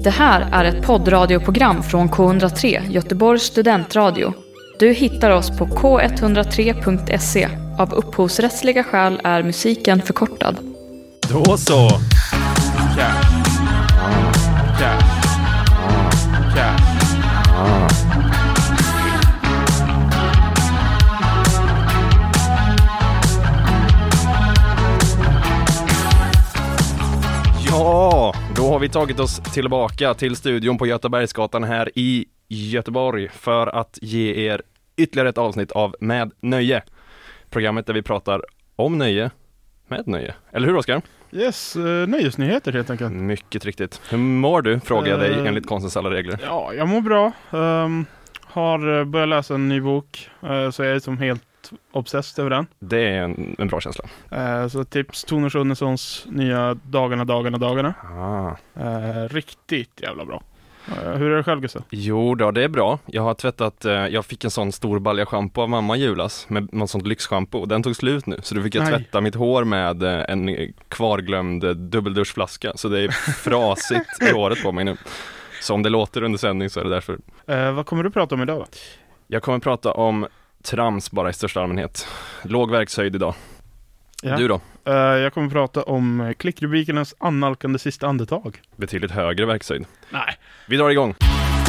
Det här är ett poddradioprogram från K103, Göteborgs studentradio. Du hittar oss på k103.se. Av upphovsrättsliga skäl är musiken förkortad. Då så! Ja, då har vi tagit oss tillbaka till studion på Göteborgsgatan här i Göteborg för att ge er ytterligare ett avsnitt av Med Nöje. Programmet där vi pratar om nöje med nöje. Eller hur, Oskar? Yes, nöjesnyheter helt enkelt. Mycket riktigt. Hur mår du? Frågar jag dig enligt konstens alla regler. Ja, jag mår bra. Har börjat läsa en ny bok, så jag är som helt obsessed över den. Det är en bra känsla. Så tips Tone Schunnessons nya Dagarna. Riktigt jävla bra. Hur är det själv, Gustav? Jo då, det är bra. Jag har tvättat, jag fick en sån stor balja shampoo av mamma i julas med något sånt lyxshampoo. Den tog slut nu, så då fick jag tvätta mitt hår med en kvarglömd dubbelduschflaska. Så det är frasigt i håret på mig nu. Så om det låter under sändning så är det därför. Vad kommer du prata om idag då? Jag kommer prata om trams bara i största allmänhet. Låg verkshöjd idag. Ja. Du då? Jag kommer prata om klickrubrikernas annalkande sista andetag. Betydligt högre verkshöjd. Nej. Vi drar igång.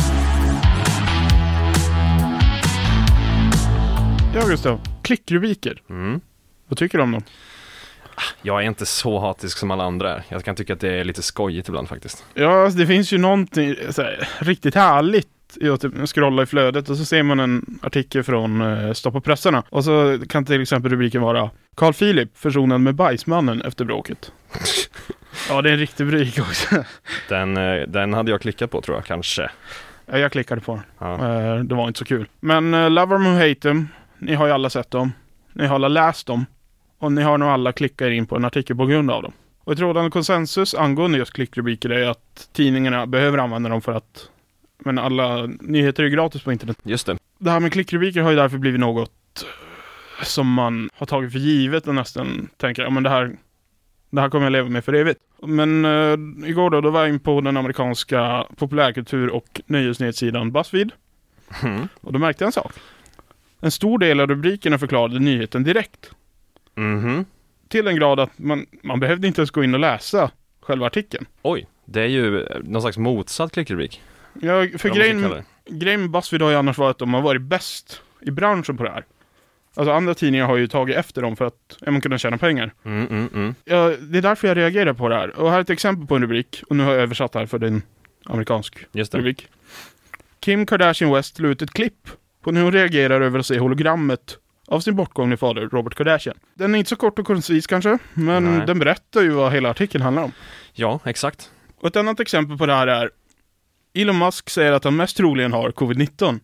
Ja, Gustav. Klickrubriker. Vad tycker du om dem? Jag är inte så hatisk som alla andra är. Jag kan tycka att det är lite skojigt ibland faktiskt. Ja, alltså, det finns ju någonting såhär, riktigt härligt. Jag typ scrollar i flödet och så ser man en artikel från Stoppa pressarna. Och så kan till exempel rubriken vara Carl Philip försonad med bajsmannen efter bråket. Ja, det är en riktig rubrik också. Den hade jag klickat på, tror jag, kanske. Ja, jag klickade på den. Ja. Det var inte så kul. Men love them or hate them. Ni har ju alla sett dem. Ni har alla läst dem. Och ni har nog alla klickat in på en artikel på grund av dem. Och ett rådande konsensus angående just klickrubriker är att tidningarna behöver använda dem för att... Men alla nyheter är gratis på internet. Just det. Det här med klickrubriker har ju därför blivit något som man har tagit för givet och nästan tänker, ja men det här kommer jag leva med för evigt. Men igår då var jag in på den amerikanska populärkultur- och nöjesnyhetssidan BuzzFeed. Och då märkte jag en sak. En stor del av rubrikerna förklarade nyheten direkt. Till den grad att man behövde inte ens gå in och läsa själva artikeln. Oj, det är ju någon slags motsatt klickrubrik. Ja, för grejen med BuzzFeed har ju annars varit att de har varit bäst i branschen på det här. Alltså andra tidningar har ju tagit efter dem för att man kunna tjäna pengar. Ja, det är därför jag reagerar på det här. Och här är ett exempel på en rubrik. Och nu har jag översatt här för din amerikansk rubrik. Kim Kardashian West la ut ett klipp på när hon reagerar över att se hologrammet av sin bortgångne fader Robert Kardashian. Den är inte så kort och koncis kanske, men den berättar ju vad hela artikeln handlar om. Ja, exakt. Och ett annat exempel på det här är Elon Musk säger att han mest troligen har covid-19.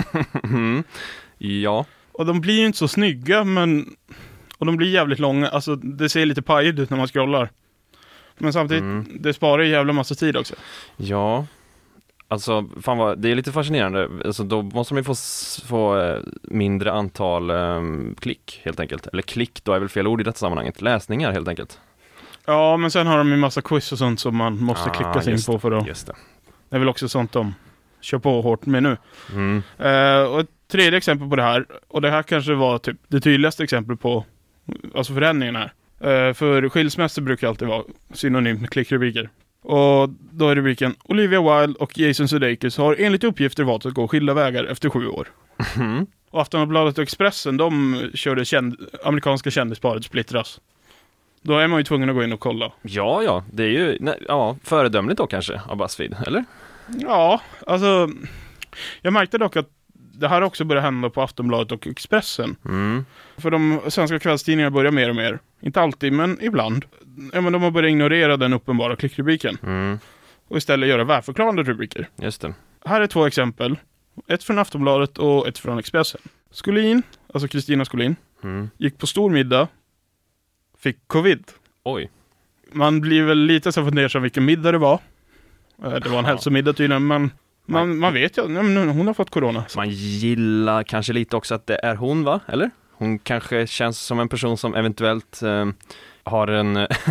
Ja. Och de blir ju inte så snygga, och de blir jävligt långa. Alltså det ser lite pajigt ut när man scrollar. Men samtidigt, det sparar ju jävla massa tid också. Ja. Alltså, det är lite fascinerande. Alltså, då måste man ju få mindre antal klick, helt enkelt. Eller klick, då är väl fel ord i detta sammanhanget. Läsningar, helt enkelt. Ja, men sen har de ju massa quiz och sånt som man måste klicka sig in på för att... Just det. Det är väl också sånt de kör på hårt med nu. Och ett tredje exempel på det här, och det här kanske var typ det tydligaste exemplet på alltså förändringen här. För skilsmässor brukar alltid vara synonymt med klickrubriker. Och då är rubriken Olivia Wilde och Jason Sudeikis har enligt uppgifter valt att gå skilda vägar efter 7 år. Och Aftonbladet och Expressen, de körde amerikanska kändisparet splittras. Då är man ju tvungen att gå in och kolla. Ja, det är ju föredömligt då kanske av BuzzFeed, eller? Ja, alltså jag märkte dock att det här också börjar hända på Aftonbladet och Expressen. För de svenska kvällstidningarna börjar mer och mer, inte alltid men ibland, men de har börjat ignorera den uppenbara klickrubriken. Och istället göra välförklarande rubriker. Just det. Här är 2 exempel. Ett från Aftonbladet och ett från Expressen. Skolin, alltså Kristina Skolin, gick på stor middag, fick covid. Oj. Man blir väl lite så fundersam vilken middag det var. Det var en hälsomiddag tydligen, men man vet ju, hon har fått corona. Så. Man gillar kanske lite också att det är hon, va? Eller? Hon kanske känns som en person som eventuellt har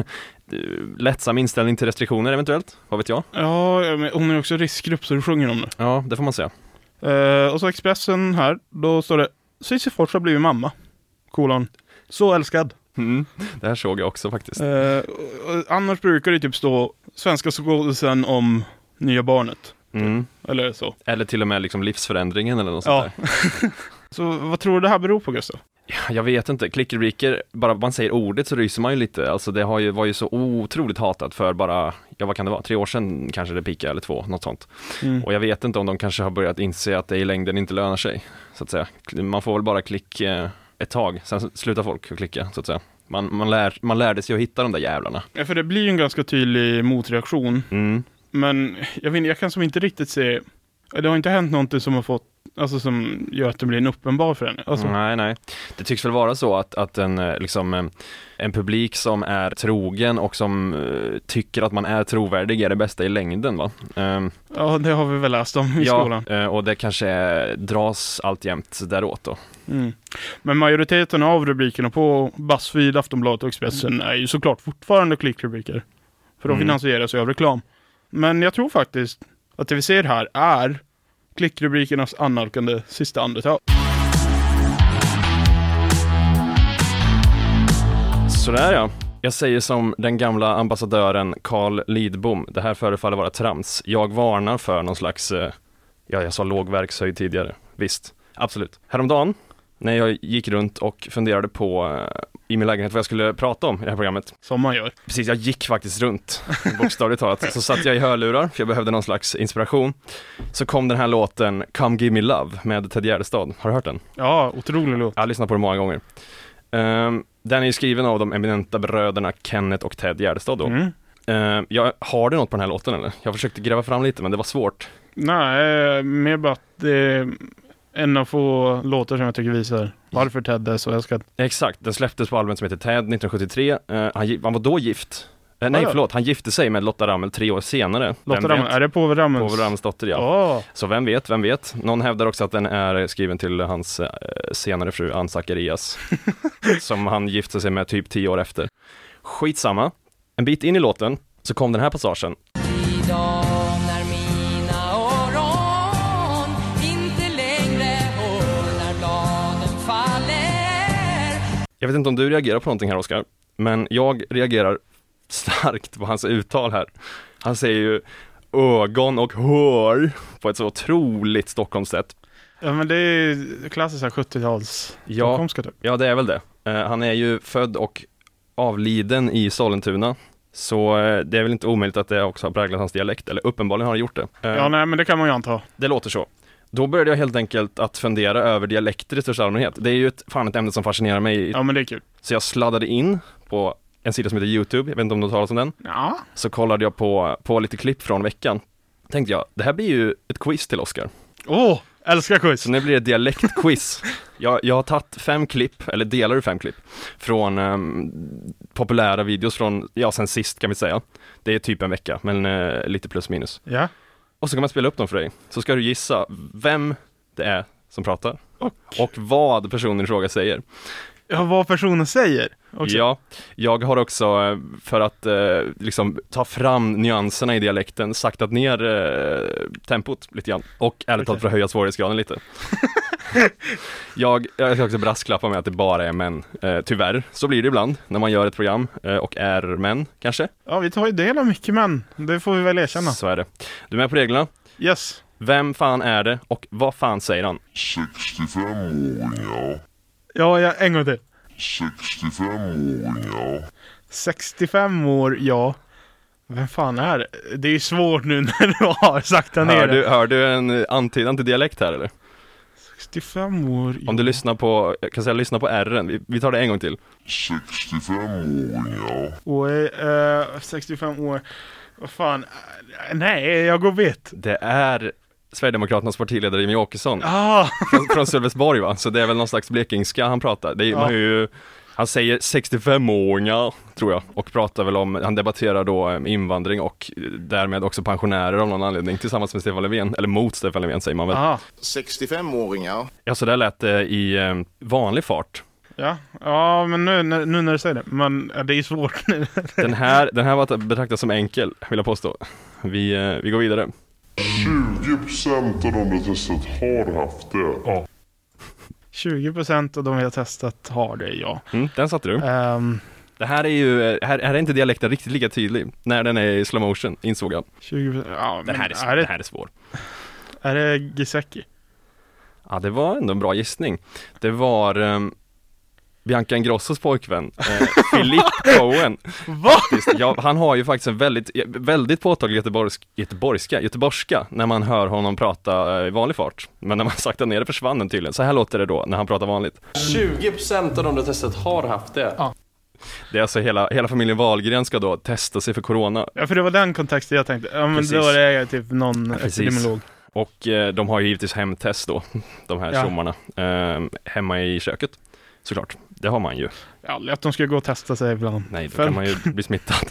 lättsam inställning till restriktioner eventuellt, vad vet jag? Ja, men hon är också riskgrupp så du sjunger om det. Ja, det får man säga. Och så Expressen här, då står det Cissi Fors har blivit mamma. Så älskad. Det här såg jag också faktiskt. Annars brukar det typ stå svenska skådisen om nya barnet. Eller så. Eller till och med liksom livsförändringen eller något sånt där. Så vad tror du det här beror på, Gustav? Jag vet inte. Klickrubriker, bara man säger ordet så ryser man ju lite. Alltså det var ju så otroligt hatat för bara, vad kan det vara? 3 år sedan kanske det pikade, eller 2, något sånt. Och jag vet inte om de kanske har börjat inse att det i längden inte lönar sig, så att säga. Man får väl bara klicka ett tag, sen slutar folk att klicka, så att säga. Man lärde sig att hitta de där jävlarna. Ja, för det blir ju en ganska tydlig motreaktion. Men jag kan som inte riktigt se, det har inte hänt någonting som har fått, alltså som gör att det blir en uppenbar förändring. Alltså. Nej. Det tycks väl vara så att en publik som är trogen och som tycker att man är trovärdig är det bästa i längden, va? Ja, det har vi väl läst om i skolan. Och det kanske dras alltjämt däråt då. Men majoriteten av rubrikerna på BuzzFeed, Aftonbladet och Expressen är ju såklart fortfarande klickrubriker. För de finansieras ju av reklam. Men jag tror faktiskt att det vi ser här är klickrubrikernas annalkande sista andetag. Sådär ja. Jag säger som den gamla ambassadören Carl Lidbom. Det här förefaller vara trams. Jag varnar för någon slags, jag sa lågverkshöjd tidigare. Visst, absolut. Häromdagen, när jag gick runt och funderade på i min lägenhet vad jag skulle prata om i det här programmet. Som man gör. Precis, jag gick faktiskt runt, bokstavligt talat. Så satt jag i hörlurar, för jag behövde någon slags inspiration. Så kom den här låten Come Give Me Love med Ted Gärdestad. Har du hört den? Ja, otrolig låt. Jag har lyssnat på den många gånger. Den är skriven av de eminenta bröderna Kenneth och Ted Gärdestad då. Har du något på den här låten eller? Jag försökte gräva fram lite, men det var svårt. Nej, mer bara att det är en av få låtar som jag tycker visar varför Ted är så älskad. Exakt, den släpptes på albumet som heter Ted 1973. Han var då gift. Han gifte sig med Lotta Ramel 3 år senare. Lotta Ramel, är det Povel Ramels? Povel Ramels dotter, ja. Så vem vet. Någon hävdar också att den är skriven till hans senare fru Ann Zacharias. Som han gifte sig med typ 10 år efter. Skitsamma. En bit in i låten så kom den här passagen. Idag när mina öron inte längre hör när bladen faller. Jag vet inte om du reagerar på någonting här, Oskar. Men jag reagerar starkt på hans uttal här. Han säger ju ögon och hår på ett så otroligt Stockholmssätt. Ja, men det är klassiskt 70-tals stockholmska typ. Ja, det är väl det. Han är ju född och avliden i Sollentuna. Så det är väl inte omöjligt att det också har präglat hans dialekt. Eller uppenbarligen har han gjort det. Ja, nej, men det kan man ju anta. Det låter så. Då började jag helt enkelt att fundera över dialekter i största allmänhet. Det är ju ett ämne som fascinerar mig. Ja, men det är kul. Så jag sladdade in på en sida som heter YouTube, jag vet inte om du har talat om den. Ja. Så kollade jag på lite klipp från veckan. Tänkte jag, det här blir ju ett quiz till Oskar. Älskar quiz. Så nu blir det dialektquiz. jag har tagit 5 klipp, eller delar ur 5 klipp, från populära videos från, sen sist kan vi säga. Det är typ en vecka, men lite plus minus. Ja. Och så kan man spela upp dem för dig. Så ska du gissa vem det är som pratar. Och vad personen i fråga säger. Ja, vad personen säger också. Ja, jag har också för att liksom ta fram nyanserna i dialekten saktat ner tempot lite grann. Och ärligt talat för att höja svårighetsgraden lite. Jag ska också brasklappa med att det bara är män. Tyvärr, så blir det ibland när man gör ett program och är män, kanske. Ja, vi tar ju del av mycket män. Det får vi väl erkänna. Så är det. Du är med på reglerna? Yes. Vem fan är det och vad fan säger han? 65-åring, ja, en gång till. 65-åring, ja. 65 år, ja. Vem fan är det? Det är ju svårt nu när du har sakta ner det. Hör du en antydan till dialekt här eller? 65 år, ja. Om du lyssnar på, lyssna på R:en. Vi tar det en gång till. 65-åring, ja. Och 65 år. Vad fan? Nej, jag går vet. Det är Sverigedemokraternas partiledare Jimmie Åkesson. Från Sölvesborg, va? Så det är väl någon slags blekingska han pratar. Det är, han säger 65-åringar, tror jag. Och pratar väl om, han debatterar då invandring och därmed också pensionärer av någon anledning tillsammans med Stefan Löfven. Eller mot Stefan Löfven säger man väl. 65-åringar. Ja, så där lät det i vanlig fart. Ja, men nu när du säger det. Men det är svårt. Den här var att betrakta som enkel, vill jag påstå. Vi går vidare. 20% av de du testat har haft det. Ja. 20% av de jag testat har det, ja. Den satte du. Det här är ju, här är inte dialekten riktigt lika tydlig när den är i slow motion, insåg jag. 20%, ja, det här är svår. Är det Giseki? Ja, det var ändå en bra gissning. Det var Bianca Ingrossos pojkvän, Philip Cohen. Va? Ja, han har ju faktiskt en väldigt påtaglig göteborgska när man hör honom prata i vanlig fart. Men när man sakta ner det försvann den tydligen. Så här låter det då när han pratar vanligt. 20% av de du testat har haft det. Ja. Det är alltså hela familjen Wahlgren ska då testa sig för corona. Ja, för det var den kontexten jag tänkte. Ja, men Precis. då är det typ någon epidemiolog. Och de har ju givetvis hemtest då, de här tjommarna, hemma i köket. Såklart, det har man ju. Ja, att de ska gå och testa sig ibland. Nej, då kan man ju bli smittad.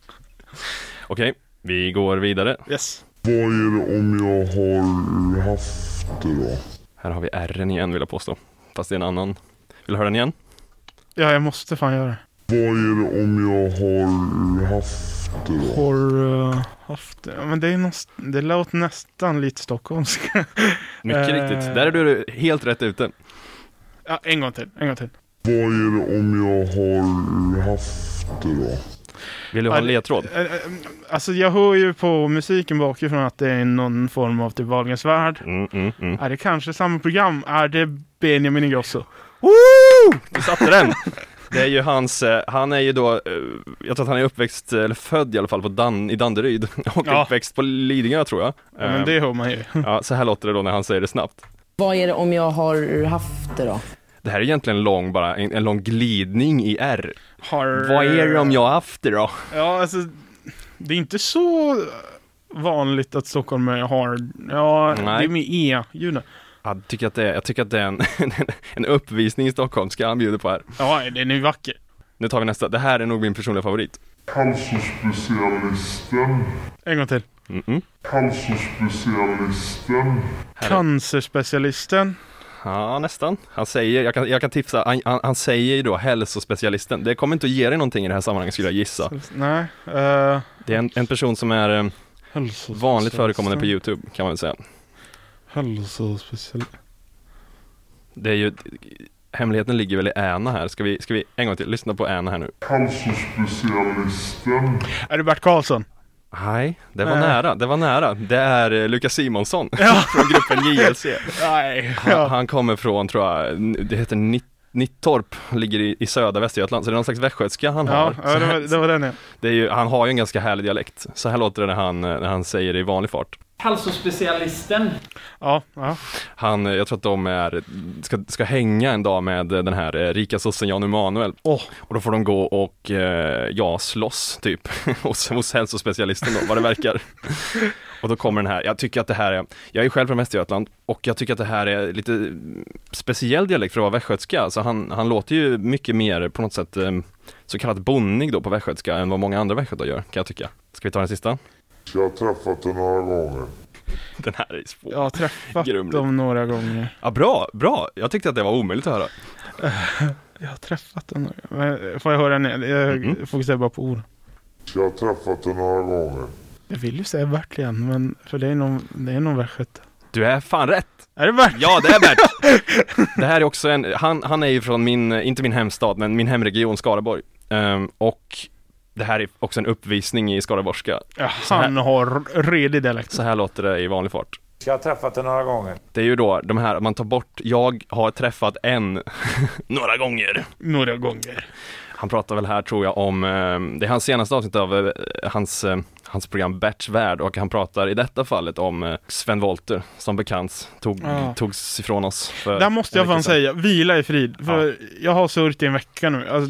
Okej, vi går vidare. Yes. Vad är det om jag har haft det då? Här har vi R:en igen, vill jag påstå. Fast det är en annan. Vill du höra den igen? Ja, jag måste fan göra det. Vad är det om jag har haft det då? Har haft det? Ja, men det låter nästan lite stockholmska. Mycket riktigt. Där är du helt rätt ute. Ja, en gång till. Vad är det om jag har haft det då? Vill du ha en ledtråd? Alltså jag hör ju på musiken bakifrån att det är någon form av typ Wahlgrens värld. Är det kanske samma program? Är det Benjamin Ingrosso? Woo! Du satte den! Det är ju han är ju då, jag tror att han är uppväxt, eller född i alla fall i Danderyd. Och uppväxt på Lidingö, tror jag. Ja, men det hör man ju. Ja, så här låter det då när han säger det snabbt. Vad är det om jag har haft det då? Det här är egentligen en lång glidning i R. Vad är det om jag har haft det då? Ja, alltså det är inte så vanligt att Stockholm har. Ja, nej. Det är med E-ljuden. Jag tycker att det är en uppvisning i Stockholm ska han bjuda på här. Ja, den är vacker. Nu tar vi nästa. Det här är nog min personliga favorit. Cancerspecialisten. En gång till. Cancerspecialisten. Cancerspecialisten. Ja, nästan. Han säger, jag kan tipsa, han säger ju då hälsospecialisten. Det kommer inte att ge dig någonting i det här sammanhanget, skulle jag gissa. Nej. Det är en person som är vanligt förekommande på YouTube, kan man väl säga. Hälsospecialist. Det är ju, hemligheten ligger väl i Äna här. Ska vi en gång till lyssna på Äna här nu? Cancerspecialisten. Är det Bert Karlsson? Nej, det var nära. Det är Lukas Simonsson från gruppen JLC. Nej. Han kommer från, tror jag, det heter Nittorp, ligger i södra Västergötland. Så det är någon slags västgötska han har. Ja, det var den. Det är ju, han har ju en ganska härlig dialekt. Så här låter det när han säger det i vanlig fart. Hälsospecialisten. Ja. Jag tror att de ska hänga en dag med den här rika sossen Jan Emanuel. Och då får de gå och slåss typ hos hälsospecialisten då, vad det verkar. Och då kommer den här, jag tycker att det här är, jag är själv från Västergötland och jag tycker att det här är lite speciell dialekt för att vara västgötska. Alltså han låter ju mycket mer på något sätt så kallat bonnig då på västgötska än vad många andra västgötar gör, kan jag tycka. Ska vi ta den sista? Jag har träffat den några gånger. Den här är svår. Jag har träffat dem några gånger. Ja, bra. Jag tyckte att det var omöjligt att höra. Jag har träffat den några gånger. Får jag höra den? Jag fokuserar bara på ord. Jag har träffat den några gånger. Jag vill ju säga Bert igen, men för det är någon västgöte. Du är fan rätt. Är det Bert? Ja, det är Bert. Det här är också han är ju från inte min hemstad, men min hemregion Skaraborg. Och det här är också en uppvisning i skaraborgska. Ja, han har redig dialekt. Så här låter det i vanlig fart. Jag har träffat den några gånger. Det är ju då de här, man tar bort, jag har träffat en några gånger. Han pratar väl här, tror jag, om det är hans senaste avsnitt av hans program Berts värld, och han pratar i detta fallet om Sven Wollter, som bekant togs ifrån oss. Där måste jag fan säga, vila i frid. För jag har sörjt i en vecka nu. Alltså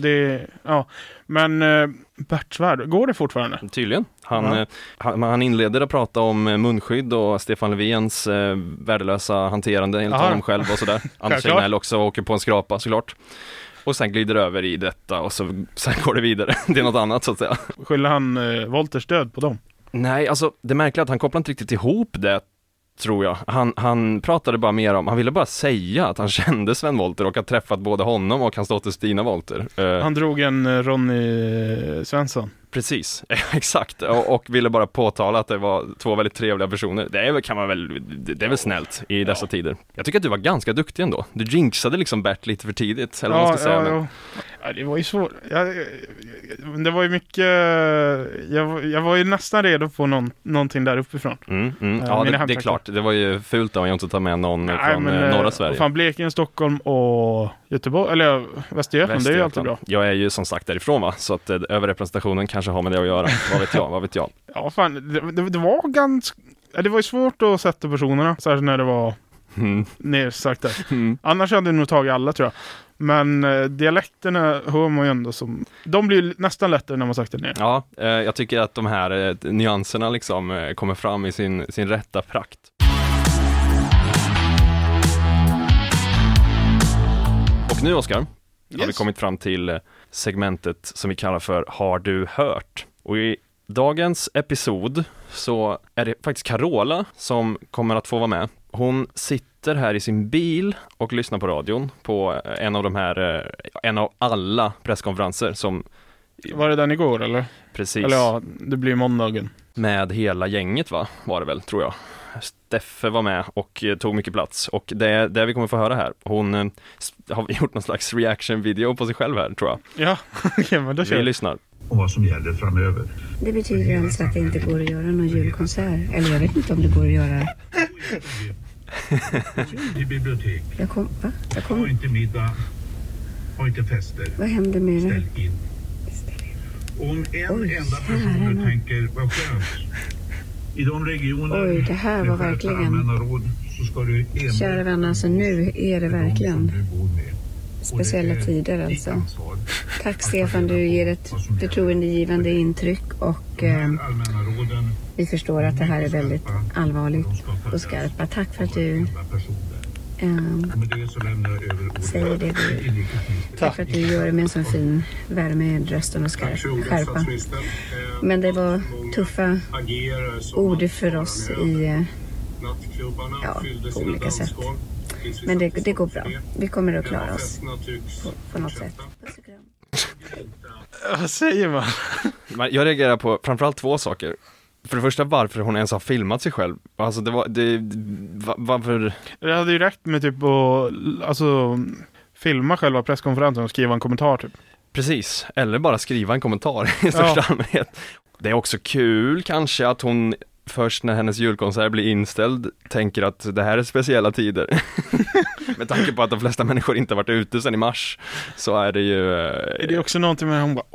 men Berts värld, går det fortfarande? Tydligen. Han inleder att prata om munskydd och Stefan Löfvens värdelösa hanterande enligt honom själv och sådär. Anders Tegnell också åker på en skrapa, såklart. Och sen glider över i detta och sen går det vidare. Det är något annat, så att säga. Skyller han Wolters död på dem? Nej, alltså det märkliga är att han kopplar inte riktigt ihop det tror jag. Han pratade bara mer om, han ville bara säga att han kände Sven Wollter och har träffat både honom och hans dotter Stina Wollter. Han drog en Ronny Svensson. Precis, exakt. Och ville bara påtala att det var två väldigt trevliga personer. Det är väl snällt i dessa tider. Jag tycker att du var ganska duktig ändå. Du jinxade liksom Bert lite för tidigt. Eller vad man ska säga. Ja, det var ju svårt. Det var ju mycket... Jag var ju nästan redo på någonting där uppifrån. Ja, det är klart. Det var ju fult av att inte ta med någon från norra Sverige. Fan, Blekinge, Stockholm och Göteborg, eller Västergötland, det är ju alltid bra. Jag är ju som sagt därifrån, va? Så att överrepresentationen kanske har med det att göra. Vad vet jag? Ja, fan, det var ganska... Det var ju svårt att sätta personerna, särskilt när det var nedsagt där. Annars hade jag nog tagit alla, tror jag. Men dialekterna hör man ju ändå som... De blir nästan lättare när man sagt det ner. Ja, jag tycker att de här nyanserna liksom kommer fram i sin rätta prakt. Och nu, Oskar, har vi kommit fram till segmentet som vi kallar för Har du hört? Och i dagens episod så är det faktiskt Carola som kommer att få vara med. Hon sitter här i sin bil och lyssnar på radion på en av alla presskonferenser som... Var det den igår, eller? Precis. Eller ja, det blir måndagen. Med hela gänget, va? Var det väl, tror jag. Steffe var med och tog mycket plats. Och det vi kommer få höra här. Hon har gjort någon slags reaction-video på sig själv här, tror jag. Ja, okay, men då kör vi lyssnar. Och vad som gäller framöver. Det betyder alltså att det inte går att göra någon julkonsert. Eller jag vet inte om det går att göra... I bibliotek. Jag kom... Ha inte middag. Ha inte fester. Vad händer med det? Ställ in. Om en enda person tänker vad skönt. I de regioner... det här var verkligen... Kära vänner, alltså nu är det verkligen speciella tider alltså. Tack Stefan, du ger ett förtroendegivande intryck och vi förstår att det här är väldigt allvarligt och skarpa. Tack för att du säger det du. Tack för att du gör det med en sån fin värme i rösten och skärpa. Men det var tuffa ord för oss på olika sätt. Men det går bra. Vi kommer att klara oss på något sätt. Vad säger man? Jag reagerar på framförallt två saker. För det första, varför hon ens har filmat sig själv. Alltså varför? Det hade ju räckt med typ att filma själva presskonferensen och skriva en kommentar typ. Precis, eller bara skriva en kommentar i största allmänhet. Det är också kul kanske att hon först när hennes julkonsert blir inställd tänker att det här är speciella tider. Med tanke på att de flesta människor inte har varit ute sedan i mars så är det ju... Är det också någonting med hon bara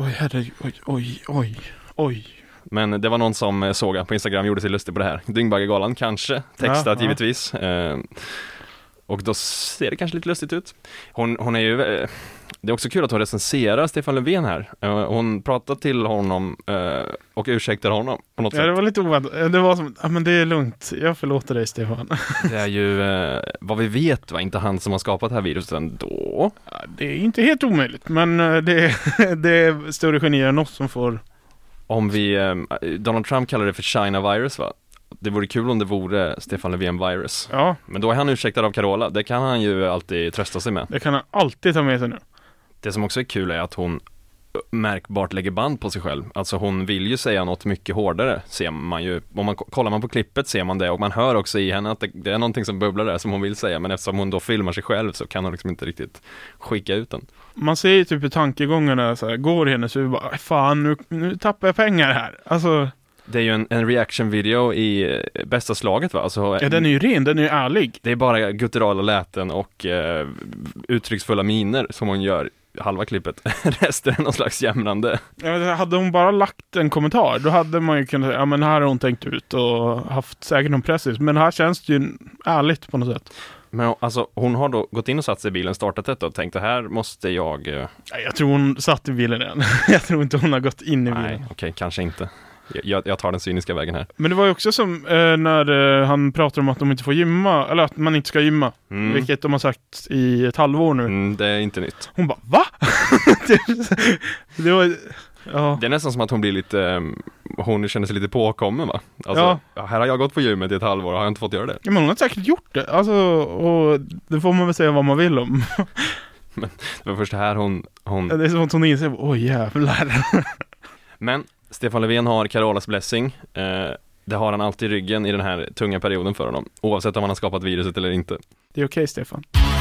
oj. Men det var någon som såg på Instagram gjorde sig lustig på det här. Dyngbaggegalan kanske, textat givetvis. Och då ser det kanske lite lustigt ut. Hon är ju... Det är också kul att hon recenserar Stefan Löfven här. Hon pratar till honom och ursäktar honom på något sätt. Ja, det var lite oväntat. Det var som, men det är lugnt. Jag förlåter dig, Stefan. Det är ju, vad vi vet, var inte han som har skapat det här viruset ändå. Ja, det är inte helt omöjligt, men det är större genier än oss som får... Om Donald Trump kallar det för China virus, va? Det vore kul om det vore Stefan Löfven virus. Ja. Men då är han ursäktad av Carola. Det kan han ju alltid trösta sig med. Det kan han alltid ta med sig nu. Det som också är kul är att hon märkbart lägger band på sig själv. Alltså hon vill ju säga något mycket hårdare, ser man ju. Kollar man på klippet ser man det, och man hör också i henne att det är någonting som bubblar där som hon vill säga, men eftersom hon då filmar sig själv så kan hon liksom inte riktigt skicka ut den. Man ser ju typ i tankegångarna så här, går i hennes huvud bara, fan nu tappar jag pengar här. Alltså... Det är ju en reaction-video i bästa slaget, va? Alltså, ja, den är ju ren, den är ju ärlig. Det är bara gutturala läten och uttrycksfulla miner som hon gör halva klippet. Resten är någon slags jämrande. Ja, hade hon bara lagt en kommentar, då hade man ju kunnat säga, ja men här har hon tänkt ut och haft säkert någon pressis. Men här känns det ju ärligt på något sätt. Men alltså, hon har då gått in och satt sig i bilen, startat detta och tänkt, det här måste jag... Jag tror hon satt i bilen än. Jag tror inte hon har gått in i bilen. Nej, okej, kanske inte. Jag tar den cyniska vägen här. Men det var ju också som när han pratar om att de inte får gymma, eller att man inte ska gymma. Vilket de har sagt i ett halvår nu. Det är inte nytt. Hon bara, va? det var... Ja. Det är nästan som att hon blir lite, hon känner sig lite påkommen, va? Alltså, här har jag gått på gymmet i ett halvår och har jag inte fått göra det. Ja, men hon har säkert gjort det. Alltså, och det får man väl säga vad man vill om. Men det var först här hon... Ja, det är som att hon inser, oj jävlar. Men Stefan Löfven har Carolas blessing. Det har han alltid i ryggen i den här tunga perioden för honom. Oavsett om han har skapat viruset eller inte. Det är okej, Stefan.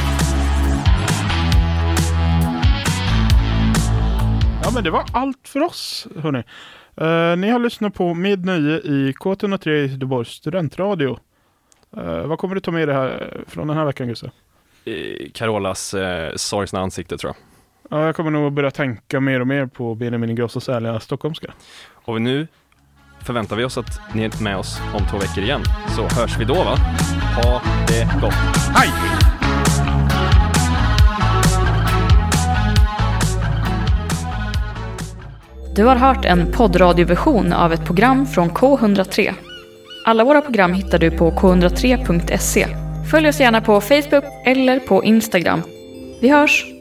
Ja, men det var allt för oss, hörni. Ni har lyssnat på Med nöje i K103 Göteborgs studentradio. Vad kommer du ta med det här från den här veckan, Gustav? Carolas sorgsna ansikte, tror jag. Ja, jag kommer nog börja tänka mer och mer på Benjamin Ingrossos ärliga stockholmska. Och nu förväntar vi oss att ni är med oss om 2 veckor igen. Så hörs vi då, va? Ha det gott. Hej! Du har hört en poddradioversion av ett program från K103. Alla våra program hittar du på k103.se. Följ oss gärna på Facebook eller på Instagram. Vi hörs!